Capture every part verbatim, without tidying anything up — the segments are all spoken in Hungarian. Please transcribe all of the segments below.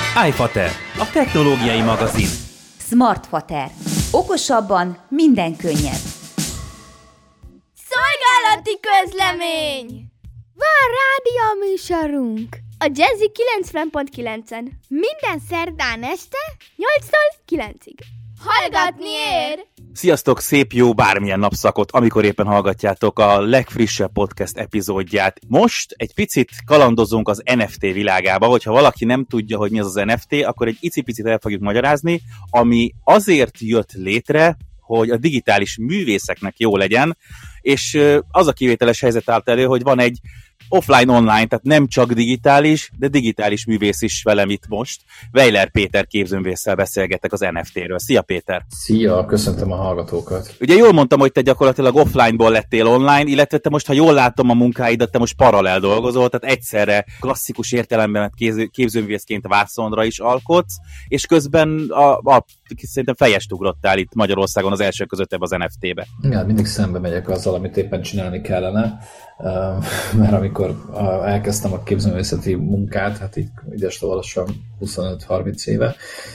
iFater, a technológiai magazin. Smartfater. Okosabban minden könnyebb. Szolgálati közlemény! Van rádió műsorunk a Jazzy kilencven pont kilencen. Minden szerdán este nyolctól kilencig. Hallgatni ér! Sziasztok, szép jó bármilyen napszakot, amikor éppen hallgatjátok a legfrissebb podcast epizódját. Most egy picit kalandozunk az en ef té világába, hogyha valaki nem tudja, hogy mi az az en ef té, akkor egy icipicit el fogjuk magyarázni, ami azért jött létre, hogy a digitális művészeknek jó legyen, és az a kivételes helyzet állt elő, hogy van egy offline-online, tehát nem csak digitális, de digitális művész is velem itt most. Weiler Péter képzőművésszel beszélgetek az en ef té-ről. Szia Péter! Szia, köszöntöm a hallgatókat! Ugye jól mondtam, hogy te gyakorlatilag offline-ból lettél online, illetve te most, ha jól látom a munkáidat, te most paralel dolgozol, tehát egyszerre klasszikus értelemben képzőművészként vászonra is alkotsz, és közben a, a, szerintem fejest ugrottál itt Magyarországon az első között ebbe az en ef té-be. Ja, mindig szembe megyek azzal, amit éppen csinálni kellene, mert amikor elkezdtem a képzőművészeti munkát, hát így idestől lassan huszonöt-harminc éve,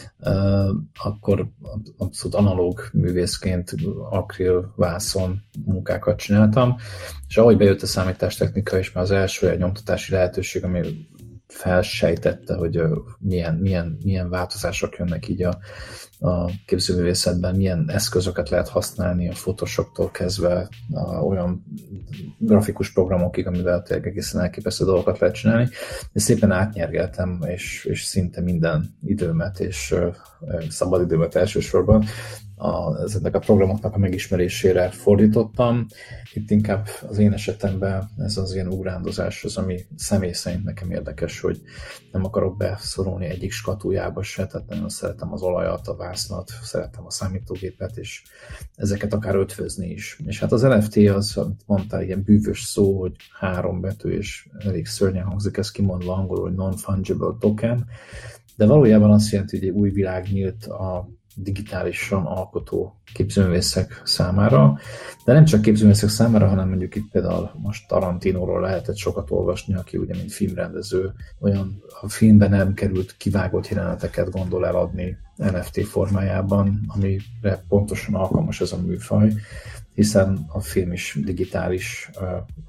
akkor abszolút analóg művészként akril, vászon munkákat csináltam, és ahogy bejött a számítástechnika is, már az első olyan nyomtatási lehetőség, ami felsejtette, hogy milyen, milyen, milyen változások jönnek így a, a képzőművészetben, milyen eszközöket lehet használni, a Photoshoptól kezdve a olyan grafikus programokig, amivel tényleg egészen elképesztő dolgokat lehet csinálni. És szépen átnyergeltem, és, és szinte minden időmet, és szabadidőmet elsősorban a, ezeknek a programoknak a megismerésére fordítottam. Itt inkább az én esetemben ez az ilyen ugrándozás az, ami személy szerint nekem érdekes, hogy nem akarok beszorulni egyik skatujába se, tehát nagyon szeretem az olajat, a vásznat, szeretem a számítógépet, és ezeket akár ötvözni is. És hát az en ef té az, amit mondtál, ilyen bűvös szó, hogy három betű, és elég szörnyen hangzik ez kimondva angolul, hogy non-fungible token, de valójában azt jelenti, hogy egy új világ nyílt a digitálisan alkotó képzőművészek számára, de nem csak képzőművészek számára, hanem mondjuk itt például most Tarantinóról lehetett sokat olvasni, aki ugye mint filmrendező olyan a filmben nem került kivágott jeleneteket gondol eladni en ef té formájában, amire pontosan alkalmas ez a műfaj, hiszen a film is digitális uh,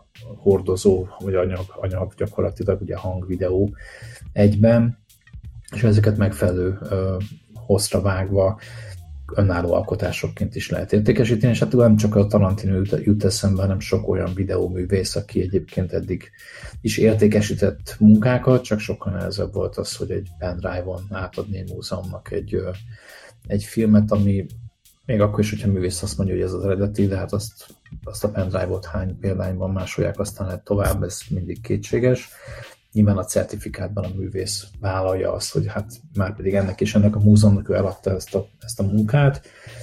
hordozó, vagy anyag, anyag gyakorlatilag ugye hang, videó egyben, és ezeket megfelelő uh, hosszra vágva önálló alkotásokként is lehet értékesíteni, és hát nem csak a Tarantino jut eszembe, hanem sok olyan videóművész, aki egyébként eddig is értékesített munkákat, csak sokkal nehezebb volt az, hogy egy pendrive-on átadni egy múzeumnak egy, egy filmet, ami még akkor is, hogyha a művész azt mondja, hogy ez az eredeti, de hát azt, azt a pendrive-ot hány példányban másolják, aztán lehet tovább, ez mindig kétséges. Nyilván a certifikátban a művész vállalja azt, hogy hát már pedig ennek és ennek a múzeumnak ő eladta ezt a, ezt a munkát,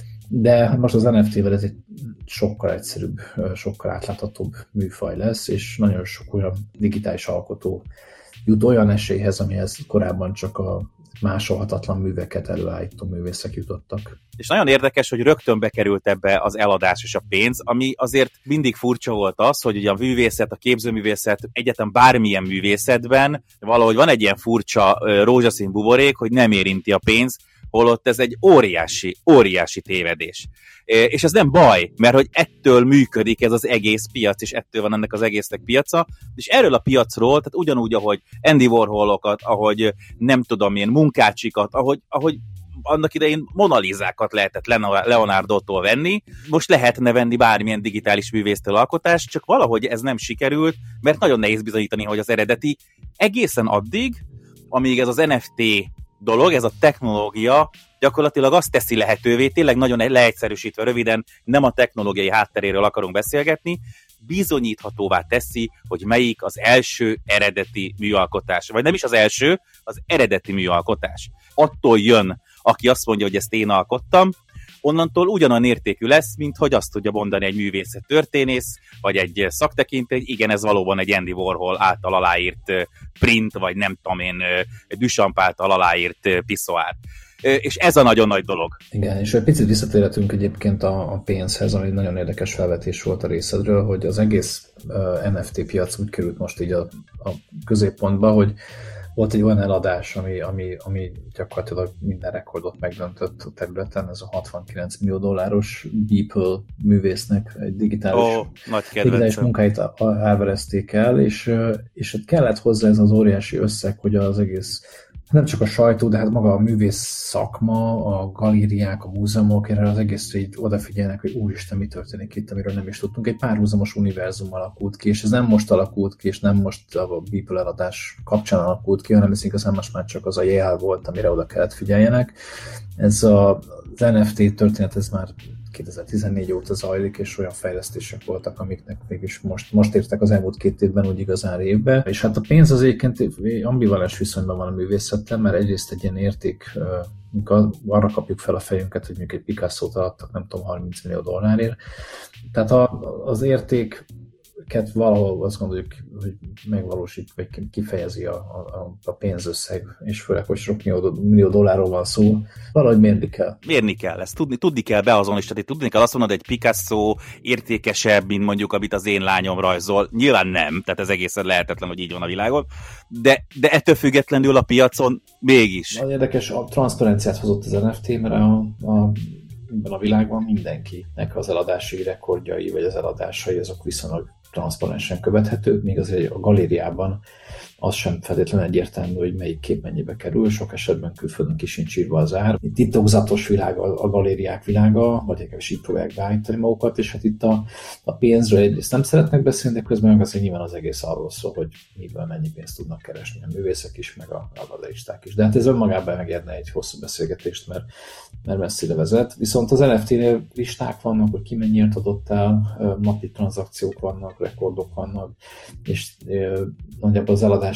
de most az en ef té-vel ez egy sokkal egyszerűbb, sokkal átláthatóbb műfaj lesz, és nagyon sok olyan digitális alkotó jut olyan esélyhez, amihez korábban csak a másolhatatlan műveket előállító művészek jutottak. És nagyon érdekes, hogy rögtön bekerült ebbe az eladás és a pénz, ami azért mindig furcsa volt az, hogy ugye a művészet, a képzőművészet, egyetem bármilyen művészetben valahogy van egy ilyen furcsa rózsaszín buborék, hogy nem érinti a pénz, holott ez egy óriási, óriási tévedés. És ez nem baj, mert hogy ettől működik ez az egész piac, és ettől van ennek az egésznek piaca, és erről a piacról, tehát ugyanúgy, ahogy Andy Warholokat, ahogy nem tudom én, munkácsikat, ahogy, ahogy annak idején Mona Lisákat lehetett Leonardo-tól venni, most lehetne venni bármilyen digitális művésztől alkotást, csak valahogy ez nem sikerült, mert nagyon nehéz bizonyítani, hogy az eredeti egészen addig, amíg ez az en ef té dolog, ez a technológia gyakorlatilag azt teszi lehetővé, tényleg nagyon leegyszerűsítve, röviden, nem a technológiai hátteréről akarunk beszélgetni, bizonyíthatóvá teszi, hogy melyik az első eredeti műalkotás. Vagy nem is az első, az eredeti műalkotás. Attól jön, aki azt mondja, hogy ezt én alkottam, onnantól ugyanolyan értékű lesz, mint hogy azt tudja mondani egy művészet történész, vagy egy szaktekintély, igen, ez valóban egy Andy Warhol által aláírt print, vagy nem tudom én, Duchamp által aláírt piszoár. És ez a nagyon nagy dolog. Igen, és egy picit visszatérhetünk egyébként a, a pénzhez, ami nagyon érdekes felvetés volt a részedről, hogy az egész uh, en ef té piac úgy került most így a, a középpontba, hogy volt egy olyan eladás, ami, ami, ami gyakorlatilag minden rekordot megdöntött a területen, ez a hatvankilenc millió dolláros Beeple művésznek egy digitális, oh, digitális munkáit elverezték el, és, és kellett hozzá ez az óriási összeg, hogy az egész, nem csak a sajtó, de hát maga a művész szakma, a galériák, a múzeumok, erre az egészre így odafigyelnek, hogy úristen, mi történik itt, amiről nem is tudtunk. Egy párhuzamos univerzum alakult ki, és ez nem most alakult ki, és nem most a Beeple eladás kapcsán alakult ki, hanem ez igazán most már csak az a jel volt, amire oda kellett figyeljenek. Ez a, az en ef té történet, ez már kétezer-tizennégy óta zajlik, és olyan fejlesztések voltak, amiknek mégis most, most értek az elmúlt két évben úgy igazán révbe. És hát a pénz az egyébként ambivalens viszonyban van a művészettel, mert egyrészt egy ilyen érték, arra kapjuk fel a fejünket, hogy mondjuk egy Picasso-t adtak, nem tudom, harminc millió dollárért. Tehát a, az érték valahol azt gondoljuk, hogy megvalósít, vagy kifejezi a, a, a pénzösszeg, és főleg, hogy sok millió dollárról van szó, valahogy mérni kell. Mérni kell ezt, tudni, tudni kell beazonosítani, tudni kell azt mondod, hogy egy Picasso értékesebb, mint mondjuk, amit az én lányom rajzol. Nyilván nem, tehát ez egészen lehetetlen, hogy így van a világon, de, de ettől függetlenül a piacon mégis. Nagyon érdekes, a transzparenciát hozott az en ef té, mert a, a ebben a világban mindenkinek az eladási rekordjai, vagy az eladásai, azok viszonylag transzparensen követhetők, míg azért a galériában az sem feltétlenül egyértelmű, hogy melyik kép mennyibe kerül, sok esetben külföldön ki sincs írva az ár. Itt titokzatos világ a galériák világa, vagy legalábbis így próbálják beállítani magukat, és hát itt a, a pénzről egyrészt nem szeretnek beszélni, de közben meg azért nyilván az egész arról szól, hogy miből mennyi pénzt tudnak keresni a művészek is, meg a, a galeristák is. De hát ez önmagában megérne egy hosszú beszélgetést, mert, mert messzire vezet. Viszont az en ef té-nél listák vannak, hogy ki mennyiért adott el, napi tranzakciók vannak, rekordok vannak, és nagyjából az eladás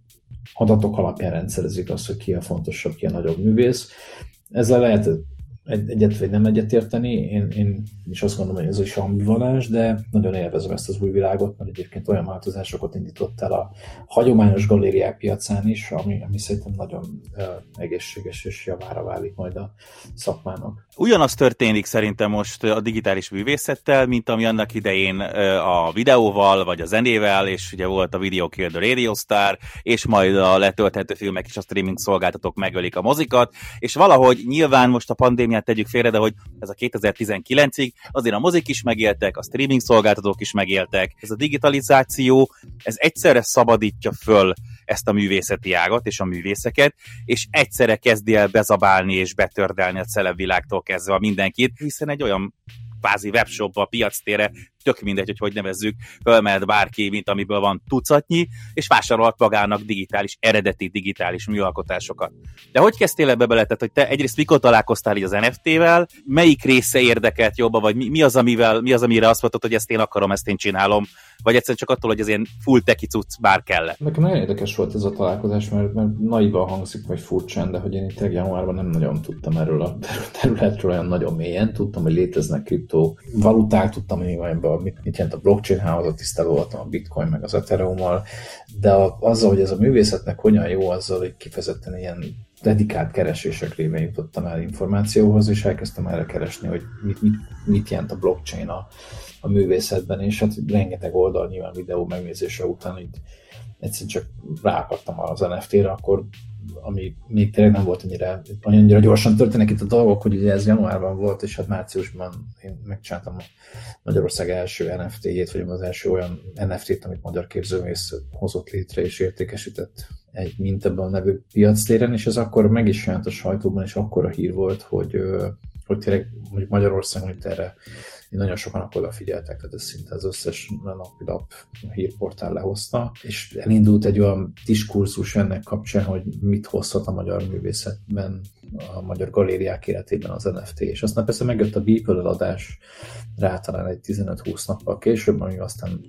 adatok alapján rendszerezik azt, hogy ki a fontosabb, ki a nagyobb művész. Ezzel lehet egyet vagy nem egyetérteni, én, én is azt gondolom, hogy ez is ambivalens, de nagyon élvezem ezt az új világot, mert egyébként olyan változásokat indított el a hagyományos galériák piacán is, ami, ami szerintem nagyon uh, egészséges és javára válik majd a szakmának. Ugyanaz történik szerintem most a digitális művészettel, mint ami annak idején a videóval, vagy a zenével, és ugye volt a Video Kill the Radio Star, és majd a letölthető filmek és a streaming szolgáltatók megölik a mozikat, és valahogy nyilván most a pandémiát tegyük félre, de hogy ez a kétezer-tizenkilencig azért a mozik is megéltek, a streaming szolgáltatók is megéltek. Ez a digitalizáció, ez egyszerre szabadítja föl ezt a művészeti ágat és a művészeket, és egyszerre kezdi el bezabálni és betördelni a celebvilágtól kezdve a mindenkit, hiszen egy olyan kvázi webshopba, piactérre, tök mindegy, hogy hogy nevezzük, fölmehet bárki, mint amiből van tucatnyi, és vásárolt magának digitális, eredeti digitális műalkotásokat. De hogy kezdtél ebbe bele? Tehát, hogy te egyrészt mikor találkoztál így az en ef té-vel, melyik része érdekelt jobban, vagy mi, mi, az, amivel, mi az, amire azt mondtad, hogy ezt én akarom, ezt én csinálom, vagy egyszerűen csak attól, hogy az ilyen full teki cucc bár kellett? Nekem nagyon érdekes volt ez a találkozás, mert, mert naivan hangzik, vagy furcsán, de hogy én itt januárban nem nagyon tudtam erről a területről olyan nagyon mélyen. Tudtam, hogy léteznek kriptovaluták, tudtam, hogy mit, mit jelent a blockchain hálózat, tisztában voltam a bitcoin meg az ethereummal, de a, azzal, hogy ez a művészetnek hogyan jó, azzal, hogy kifejezetten ilyen dedikált keresések révén jutottam el információhoz, és elkezdtem erre keresni, hogy mit, mit, mit jelent a blockchain a, a művészetben, és hát rengeteg oldal nyilván videó megnézése után így egyszerűen csak ráakadtam az en ef té-re, akkor ami még tényleg nem volt annyira, annyira gyorsan történnek itt a dolgok, hogy ugye ez januárban volt, és hát márciusban én megcsináltam a Magyarország első en ef té-jét, vagy az első olyan en ef té-t, amit magyar képzőművész hozott létre és értékesített egy Mintable nevű piactéren, és ez akkor meg is jelent a sajtóban, és akkora hír volt, hogy, hogy tényleg mondjuk Magyarországon itt erre nagyon sokan akkor odafigyeltek, tehát ez szinte az összes napilap hírportál lehozta, és elindult egy olyan diskurzus ennek kapcsán, hogy mit hozhat a magyar művészetben, a magyar galériák életében az en ef té, és aztán persze megjött a Beeple eladás rá talán egy tizenöt-húsz nappal később, ami aztán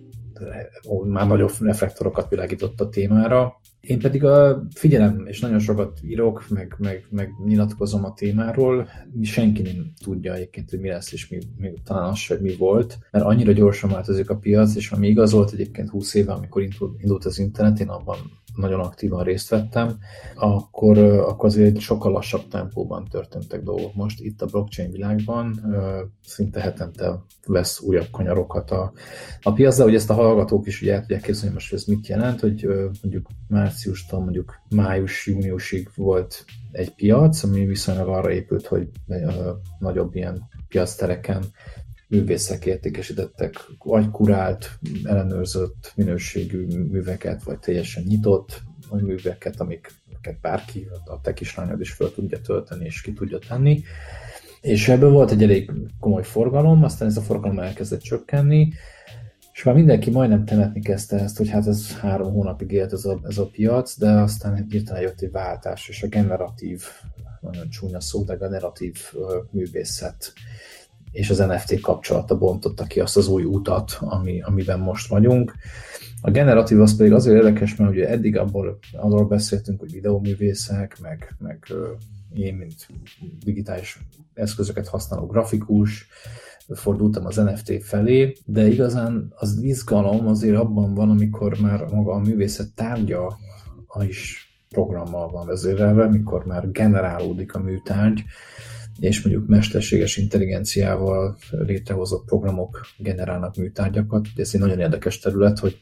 már nagyobb reflektorokat világított a témára. Én pedig a figyelem, és nagyon sokat írok, meg, meg, meg nyilatkozom a témáról, senki nem tudja egyébként, hogy mi lesz, és mi, mi, talán az sem, hogy mi volt, mert annyira gyorsan változik a piac, és ami igaz volt egyébként húsz éve, amikor indult az internet, én abban nagyon aktívan részt vettem, akkor, akkor azért sokkal lassabb tempóban történtek dolgok. Most itt a blockchain világban szinte hetente vesz újabb kanyarokat a, a piac, de hogy ezt a hallgatók is ugye el tudják képzelni, most ez mit jelent, hogy mondjuk márciustól mondjuk május-júniusig volt egy piac, ami viszonylag arra épült, hogy nagyobb ilyen piactereken művészek értékesítettek vagy kurált, ellenőrzött minőségű műveket, vagy teljesen nyitott műveket, amiket bárki, a te kislányod is fel tudja tölteni és ki tudja tenni. És ebből volt egy elég komoly forgalom, aztán ez a forgalom elkezdett csökkenni, és már mindenki majdnem temetni kezdte ezt, hogy hát ez három hónapig élt ez a, ez a piac, de aztán hirtelen jött egy váltás, és a generatív, nagyon csúnya szó, de generatív művészet és az en ef té kapcsolata bontotta ki azt az új utat, ami, amiben most vagyunk. A generatív az pedig azért érdekes, mert ugye eddig abból, arról beszéltünk, hogy videóművészek, meg, meg én, mint digitális eszközöket használó grafikus, fordultam az en ef té felé, de igazán az izgalom azért abban van, amikor már maga a művészet tárgya is programmal van vezérelve, mikor már generálódik a műtárgy, és mondjuk mesterséges intelligenciával létrehozott programok generálnak műtárgyakat. Ugye ez egy nagyon érdekes terület, hogy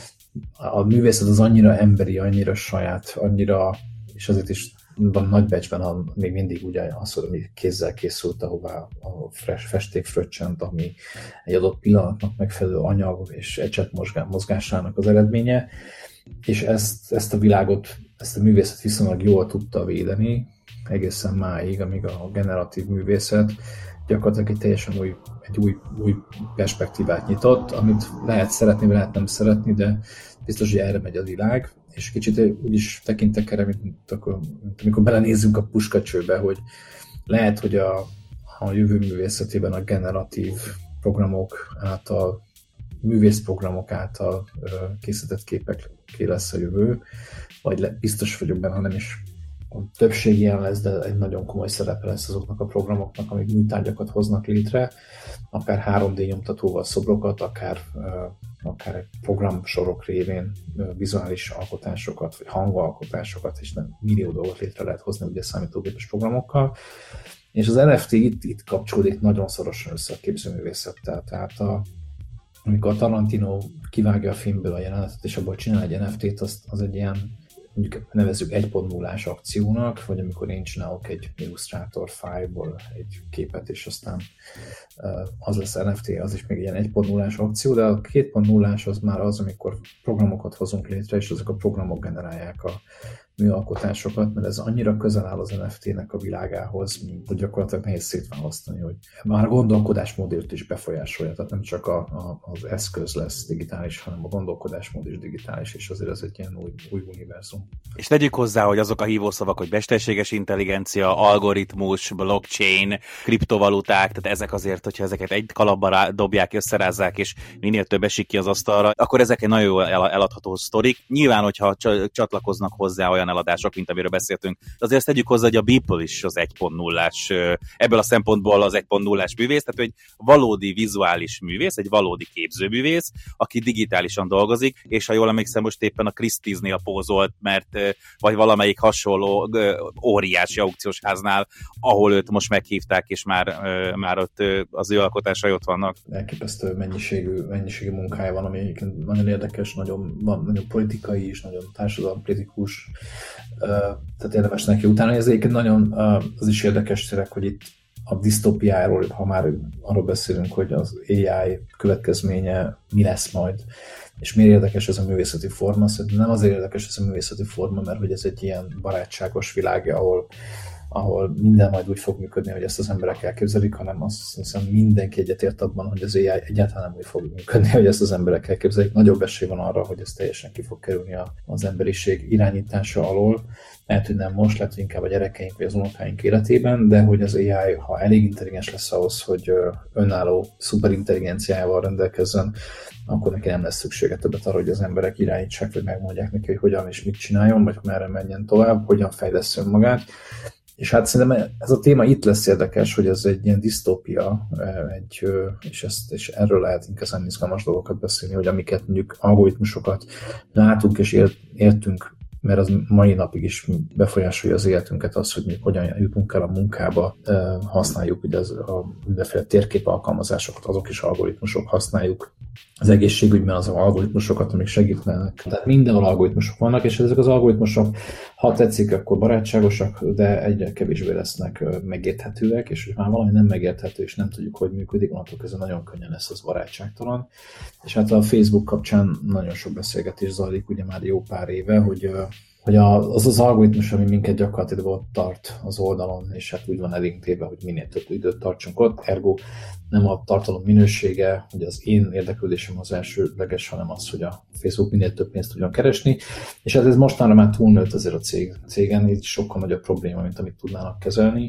a művészet az annyira emberi, annyira saját, annyira, és azért is van nagy becsben, ha még mindig ugye az, hogy kézzel készült, ahová a festék fröccsent, ami egy adott pillanatnak megfelelő anyag és ecset mozgásának az eredménye, és ezt, ezt a világot, ezt a művészet viszonylag jól tudta védeni, egészen máig, amíg a generatív művészet gyakorlatilag egy teljesen új, egy új, új perspektívát nyitott, amit lehet szeretni, vagy lehet nem szeretni, de biztos, hogy erre megy a világ, és kicsit úgy is tekintek erre, mint, mint, akkor, mint amikor belenézzünk a puskacsőbe, hogy lehet, hogy a, a jövő művészetében a generatív programok által, művészprogramok által készített képek lesz a jövő, vagy le, biztos vagyok benne, ha nem is a többség ilyen lesz, de egy nagyon komoly szerepe lesz azoknak a programoknak, amik műtárgyakat hoznak létre, akár három dé nyomtatóval szobrokat, akár, akár egy programsorok révén vizuális alkotásokat, vagy hangalkotásokat, és nem millió dolgot létre lehet hozni ugye számítógépes programokkal. És az en ef té itt, itt kapcsolódik nagyon szorosan össze a képzőművészettel. Tehát a, amikor a Tarantino kivágja a filmből a jelenetet, és abból csinál egy en ef té-t, az, az egy ilyen, mondjuk nevezzük egy pont nullás akciónak, vagy amikor én csinálok egy Illustrator file-ból egy képet, és aztán az lesz en ef té, az is még ilyen egy pont nullás akció, de a két pont nullás az már az, amikor programokat hozunk létre, és azok a programok generálják a műalkotásokat, mert ez annyira közel áll az en ef té-nek a világához, hogy gyakorlatilag nehéz szétválasztani, hogy már a gondolkodásmódot is befolyásolja, tehát nem csak a, a, az eszköz lesz digitális, hanem a gondolkodásmód is digitális, és azért ez egy ilyen új, új univerzum. És tegyük hozzá, hogy azok a hívószavak, hogy mesterséges intelligencia, algoritmus, blockchain, kriptovaluták, tehát ezek azért, hogyha ezeket egy kalapba rá, dobják, összerázzák, és minél több esik ki az asztalra, akkor ezek egy nagyon jól eladható sztorik. Nyilván, hogyha csatlakoznak hozzá olyan eladások, mint amiről beszéltünk. De azért ezt tegyük hozzá, hogy a Beeple is az egy pont nullás, ebből a szempontból az egy pont nullás művész, tehát egy valódi vizuális művész, egy valódi képzőművész, aki digitálisan dolgozik, és ha jól emlékszem, most éppen a Christie's-nél pózolt, mert vagy valamelyik hasonló óriási aukciós háznál, ahol őt most meghívták, és már, már ott az ő alkotásai ott vannak. Elképesztő mennyiségű, mennyiségű munkája van, ami egyébként nagyon érdekes, nagyon, van, nagyon politikai is, nagyon társadalomkritikus, tehát érdemes neki utána. Ez egyébként nagyon az is érdekes tényleg, hogy itt a disztópiáról, ha már arról beszélünk, hogy az á i következménye mi lesz majd, és miért érdekes ez a művészeti forma. Szerintem nem azért érdekes ez a művészeti forma, mert hogy ez egy ilyen barátságos világ, ahol, ahol minden majd úgy fog működni, hogy ezt az emberek elképzelik, hanem azt hiszem mindenki egyetért abban, hogy az á i egyáltalán nem úgy fog működni, hogy ezt az emberek elképzelik. Nagyobb esély van arra, hogy ez teljesen ki fog kerülni az emberiség irányítása alól. Lehet, hogy nem most, lehet, hogy inkább a gyerekeink vagy az unokáink életében, de hogy az á i, ha elég intelligens lesz ahhoz, hogy önálló szuperintelligenciával rendelkezzen, akkor neki nem lesz szüksége többet arra, hogy az emberek irányítsák, vagy megmondják neki, hogy hogyan és mit csináljon, vagy merre menjen tovább, hogyan fejlesz önmagát. És hát szerintem ez a téma itt lesz érdekes, hogy ez egy ilyen disztópia, egy, és, ezt, és erről lehet inkább izgalmas dolgokat beszélni, hogy amiket mondjuk algoritmusokat látunk és ért, értünk mert az mai napig is befolyásolja az életünket, az, hogy mi hogyan jutunk el a munkába, használjuk ugye az, a mindenféle térkép alkalmazásokat, azok is algoritmusok, használjuk az egészségügyben az algoritmusokat, amik segítenek. Tehát mindenhol algoritmusok vannak, és ezek az algoritmusok, ha tetszik, akkor barátságosak, de egyre kevésbé lesznek megérthetőek, és hogy már valami nem megérthető, és nem tudjuk, hogy működik, onnantól kezdve nagyon könnyen lesz az barátságtalan. És hát a Facebook kapcsán nagyon sok beszélgetés zajlik, ugye már jó pár éve, hogy hogy az az algoritmus, ami minket gyakorlatilag ott tart az oldalon, és hát úgy van elintéve, hogy minél több időt tartsunk ott, ergo nem a tartalom minősége, hogy az én érdeklődésem az elsőleges, hanem az, hogy a Facebook minél több pénzt tudjon keresni, és hát ez mostanra már túlnőtt azért a cég, cégen, így sokkal nagyobb probléma, mint amit tudnának kezelni,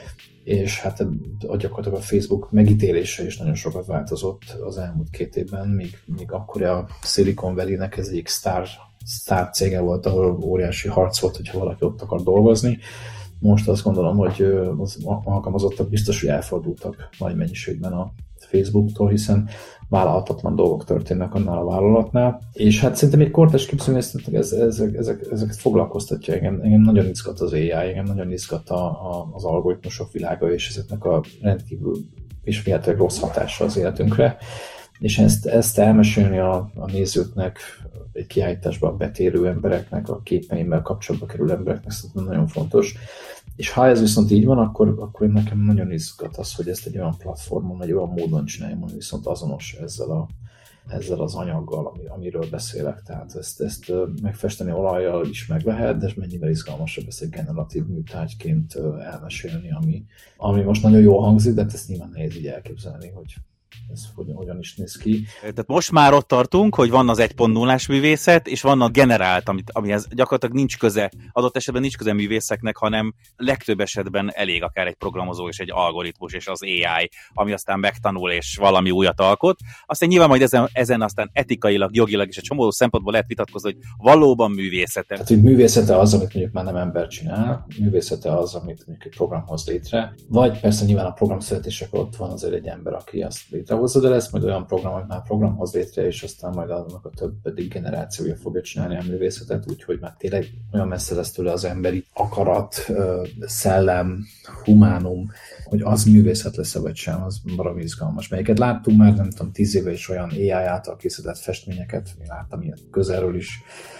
és hát gyakorlatilag a Facebook megítélése is nagyon sokat változott az elmúlt két évben, míg, míg akkor a Silicon Valley-nek ez egyik sztár sztár cége volt, ahol óriási harc volt, hogyha valaki ott akar dolgozni. Most azt gondolom, hogy az alkalmazottak biztos, hogy elfordultak nagy mennyiségben a Facebooktól, hiszen vállalhatatlan dolgok történnek annál a vállalatnál. És hát szerintem egy kortárs képzőművészetnek ez, ezek, ezek, ezeket foglalkoztatja. Engem, engem nagyon izgat az á i, engem nagyon izgat a, a, az algoritmusok világa, és ezeknek a rendkívül és véletlenül rossz hatása az életünkre. És ezt, ezt elmesélni a, a nézőknek, egy kiállításban betérő embereknek, a képeimmel kapcsolatba kerülő embereknek szerintem nagyon fontos. És ha ez viszont így van, akkor, akkor nekem nagyon izgat az, hogy ezt egy olyan platformon, egy olyan módon csináljam, ami viszont azonos ezzel, a, ezzel az anyaggal, ami, amiről beszélek. Tehát ezt, ezt megfesteni olajjal is meg lehet, de mennyivel izgalmasabb ezt egy generatív műtárgyként elmesélni, ami, ami most nagyon jól hangzik, de ezt nyilván nehéz így elképzelni, hogy ez hogyan, hogyan is néz ki. Tehát most már ott tartunk, hogy van az egy pont nullás művészet, és van a generált, amit, amihez gyakorlatilag nincs köze, adott esetben nincs köze művészeknek, hanem legtöbb esetben elég akár egy programozó és egy algoritmus és az á i, ami aztán megtanul és valami újat alkot. Aztán nyilván majd ezen, ezen aztán etikailag, jogilag és egy csomó szempontból lehet vitatkozni, hogy valóban művészete. Tehát, hogy művészete az, amit mondjuk már nem ember csinál, művészete az, amit mondjuk egy program hoz létre, vagy persze nyilván a program születésekor ott van azért egy ember, aki azt létrehozza, de lesz majd olyan program, hogy már program hoz létre, és aztán majd annak a többedik generációja fogja csinálni a művészetet, úgyhogy már tényleg olyan messze lesz tőle az emberi akarat, szellem, humánum, hogy az művészet lesz-e vagy sem, az valami izgalmas. Melyiket láttunk már, nem tudom, tíz éve is olyan á i által készített festményeket, én láttam ilyet közelről is,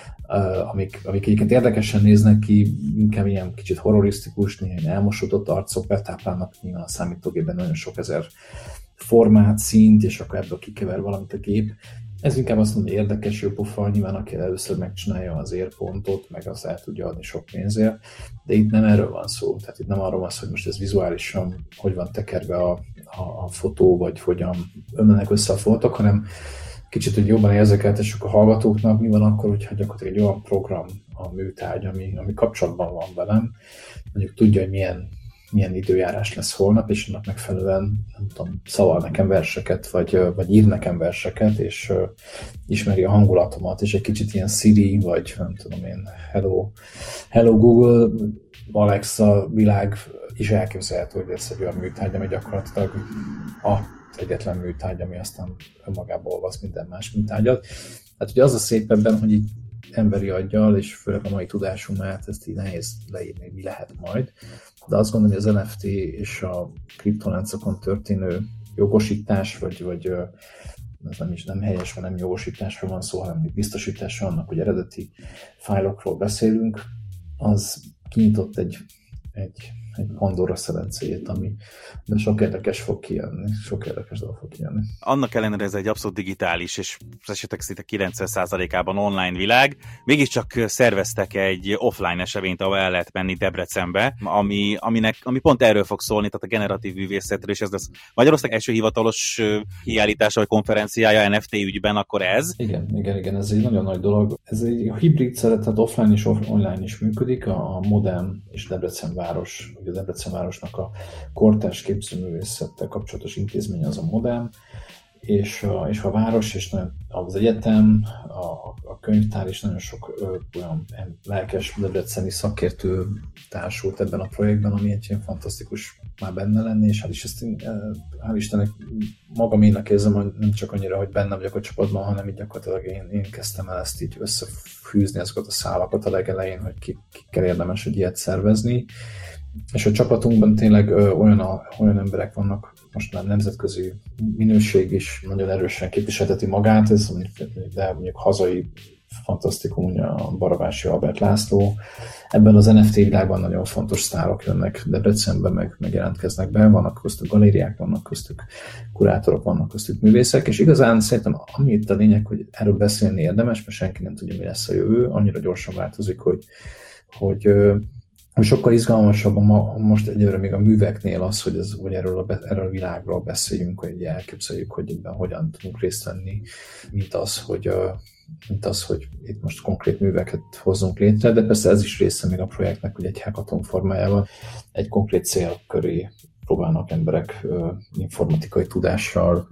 Uh, amik, amik egyébként érdekesen néznek ki, inkább ilyen kicsit horrorisztikus, néhány elmosodott arcok, betáplálnak nyilván a számítógépben nagyon sok ezer formát, színt, és akkor ebből kikever valamit a gép. Ez inkább azt mondom, hogy érdekes, jó pofa, nyilván aki először megcsinálja az érpontot, meg azt el tudja adni sok pénzért, de itt nem erről van szó, tehát itt nem arról van szó, hogy most ez vizuálisan hogy van tekerve a, a, a fotó, vagy hogyan ömlenek össze a fotók, hanem kicsit, hogy jobban érzékeltessük a hallgatóknak, mi van akkor, hogyha gyakorlatilag egy olyan program a műtárgy, ami, ami kapcsolatban van velem, mondjuk tudja, hogy milyen, milyen időjárás lesz holnap, és annak megfelelően, nem tudom, szaval nekem verseket, vagy, vagy ír nekem verseket, és uh, ismeri a hangulatomat, és egy kicsit ilyen Siri, vagy nem tudom én, Hello, Hello Google, Alexa világ is elképzelhető, hogy lesz egy olyan műtárgy, ami gyakorlatilag a egyetlen műtárgy, ami aztán önmagából olvaszt minden más műtárgyat. Hát ugye az a szép ebben, hogy így emberi aggyal, és főleg a mai tudásunk, mert ezt így nehéz leírni, mi lehet majd. De azt gondolom, hogy az en ef té és a kriptoláncokon történő jogosítás, vagy, vagy ez nem is nem helyes, vagy nem jogosításról van szó, hanem biztosításra annak, hogy eredeti fájlokról beszélünk, az kinyitott egy, egy egy Pandora szelencéjét, ami de sok érdekes fog kijönni, sok érdekes dolog fog kijönni. Annak ellenére ez egy abszolút digitális, és az esetek szinte kilencven százalékában online világ. Mégiscsak szerveztek egy offline eseményt, ahol el lehet menni Debrecenbe, ami, aminek, ami pont erről fog szólni, tehát a generatív művészetről, és ez lesz Magyarország első hivatalos kiállítása vagy konferenciája en ef té ügyben, akkor ez. Igen, igen, igen, ez egy nagyon nagy dolog. Ez egy hibrid szeret, tehát offline és online is működik, a Modem és Debrecen város, a Debrecen városnak a kortárs képzőművészettel kapcsolatos intézménye az a Modem, és a, és a város, és az egyetem, a, a könyvtár is nagyon sok ö, olyan lelkes debreceni szakértő társult ebben a projektben, ami egy ilyen fantasztikus már benne lenni, és hát is ezt hál' Istennek magam énnek érzem, hogy nem csak annyira, hogy benne vagyok a csapatban, hanem így gyakorlatilag én, én kezdtem el ezt így összefűzni, ezeket a szálakat a legelején, hogy kikkel érdemes, hogy ilyet szervezni. És a csapatunkban tényleg ö, olyan, a, olyan emberek vannak, most már nemzetközi minőség is nagyon erősen képviselteti magát, ez, de mondjuk hazai fantasztikum, ugye a Baravási Albert László. Ebben az en ef té világban nagyon fontos sztárok jönnek Debrecenbe, meg, meg jelentkeznek be, vannak köztük galériák, vannak köztük kurátorok, vannak köztük művészek, és igazán szerintem ami itt a lényeg, hogy erről beszélni érdemes, mert senki nem tudja, mi lesz a jövő, annyira gyorsan változik, hogy, hogy hogy sokkal izgalmasabb a, most egyelőre még a műveknél az, hogy, ez, hogy erről, a, erről a világról beszéljünk, hogy elképzeljük, hogy ebben hogyan tudunk részt venni, mint az, hogy, mint az, hogy itt most konkrét műveket hozzunk létre, de persze ez is része még a projektnek, hogy egy hackathon formájában egy konkrét cél köré próbálnak emberek uh, informatikai tudással,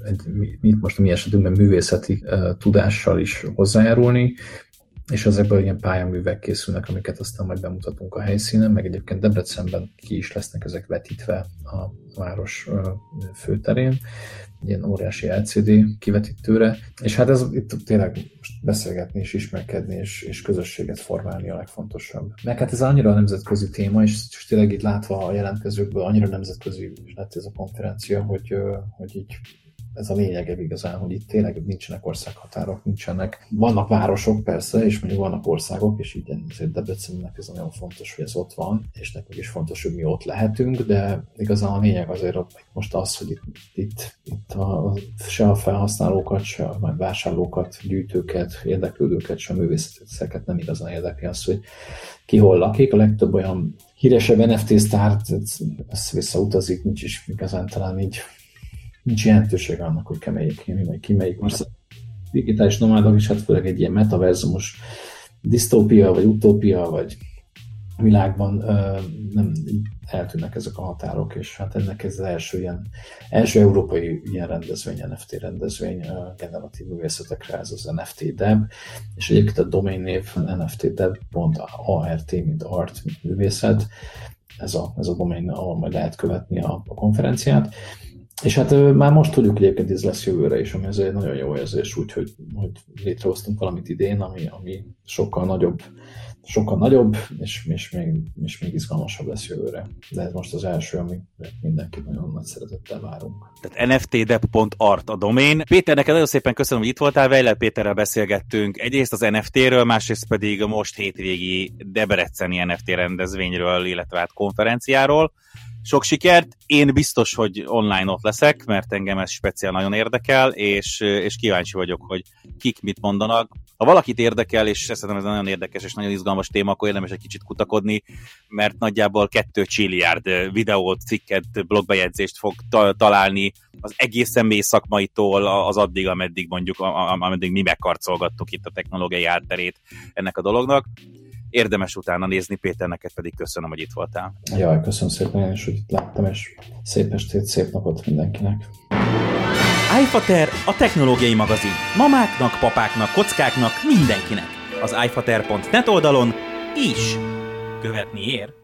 mint most a mi esetünkben művészeti uh, tudással is hozzájárulni, és ezekből ilyen pályaművek készülnek, amiket aztán majd bemutatunk a helyszínen, meg egyébként Debrecenben ki is lesznek ezek vetítve a város főterén, ilyen óriási el cé dé kivetítőre, és hát ez itt tényleg most beszélgetni és ismerkedni és, és közösséget formálni a legfontosabb. Meg hát ez annyira nemzetközi téma, és, és tényleg itt látva a jelentkezőkből annyira nemzetközi lett ez a konferencia, hogy, hogy így ez a lényege igazán, hogy itt tényleg nincsenek országhatárok, nincsenek. Vannak városok persze, és mondjuk vannak országok, és így azért Debrecennek ez nagyon fontos, hogy ez ott van, és nekünk is fontos, hogy mi ott lehetünk, de igazán a lényeg azért most az, hogy itt, itt, itt a, se a felhasználókat, se a vásárlókat, gyűjtőket, érdeklődőket, se a művészeket nem igazán érdekli az, hogy ki hol lakik. A legtöbb olyan híresebb en ef té sztár, ez visszautazik, nincs is igazán talán így nincs jelentőség annak, hogy melyik, ki melyik ország. Digitális nomádok is, hát főleg egy ilyen metaverzumos disztópia, vagy utópia, vagy világban nem eltűnnek ezek a határok, és hát ennek ez az első ilyen, első európai ilyen rendezvény, en ef té rendezvény generatív művészetekre, ez az en ef té Deb, és egyébként a domain név en ef té deb pont art, mint art, mint művészet, ez a, ez a domain, ahol majd lehet követni a, a konferenciát. És hát már most tudjuk, hogy egyébként ez lesz jövőre is, ami azért nagyon jó érzés, úgyhogy hogy létrehoztunk valamit idén, ami, ami sokkal nagyobb, sokkal nagyobb, és, és, még, és még izgalmasabb lesz jövőre. De ez most az első, ami mindenki nagyon nagy szeretettel várunk. Tehát en ef té deb pont art a domain. Péter, neked nagyon szépen köszönöm, hogy itt voltál, Weiler Péterrel beszélgettünk egyrészt az en ef té-ről, másrészt pedig a most hétvégi debreceni en ef té rendezvényről, illetve hát konferenciáról. Sok sikert, én biztos, hogy online ott leszek, mert engem ez speciál nagyon érdekel, és, és kíváncsi vagyok, hogy kik mit mondanak. Ha valakit érdekel, és szerintem ez nagyon érdekes és nagyon izgalmas téma, akkor érdemes egy kicsit kutakodni, mert nagyjából kettő csilliárd videót, cikket, blogbejegyzést fog ta- találni az egészen mély szakmaitól az addig, ameddig mondjuk, ameddig mi megkarcolgattuk itt a technológiai hátterét ennek a dolognak. Érdemes utána nézni, Péter, neked pedig köszönöm, hogy itt voltál. Jaj, köszönöm szépen, és hogy itt láttam, és szép estét, szép napot mindenkinek. iFater, a technológiai magazin. Mamáknak, papáknak, kockáknak, mindenkinek. Az iFater pont net oldalon is követni ér.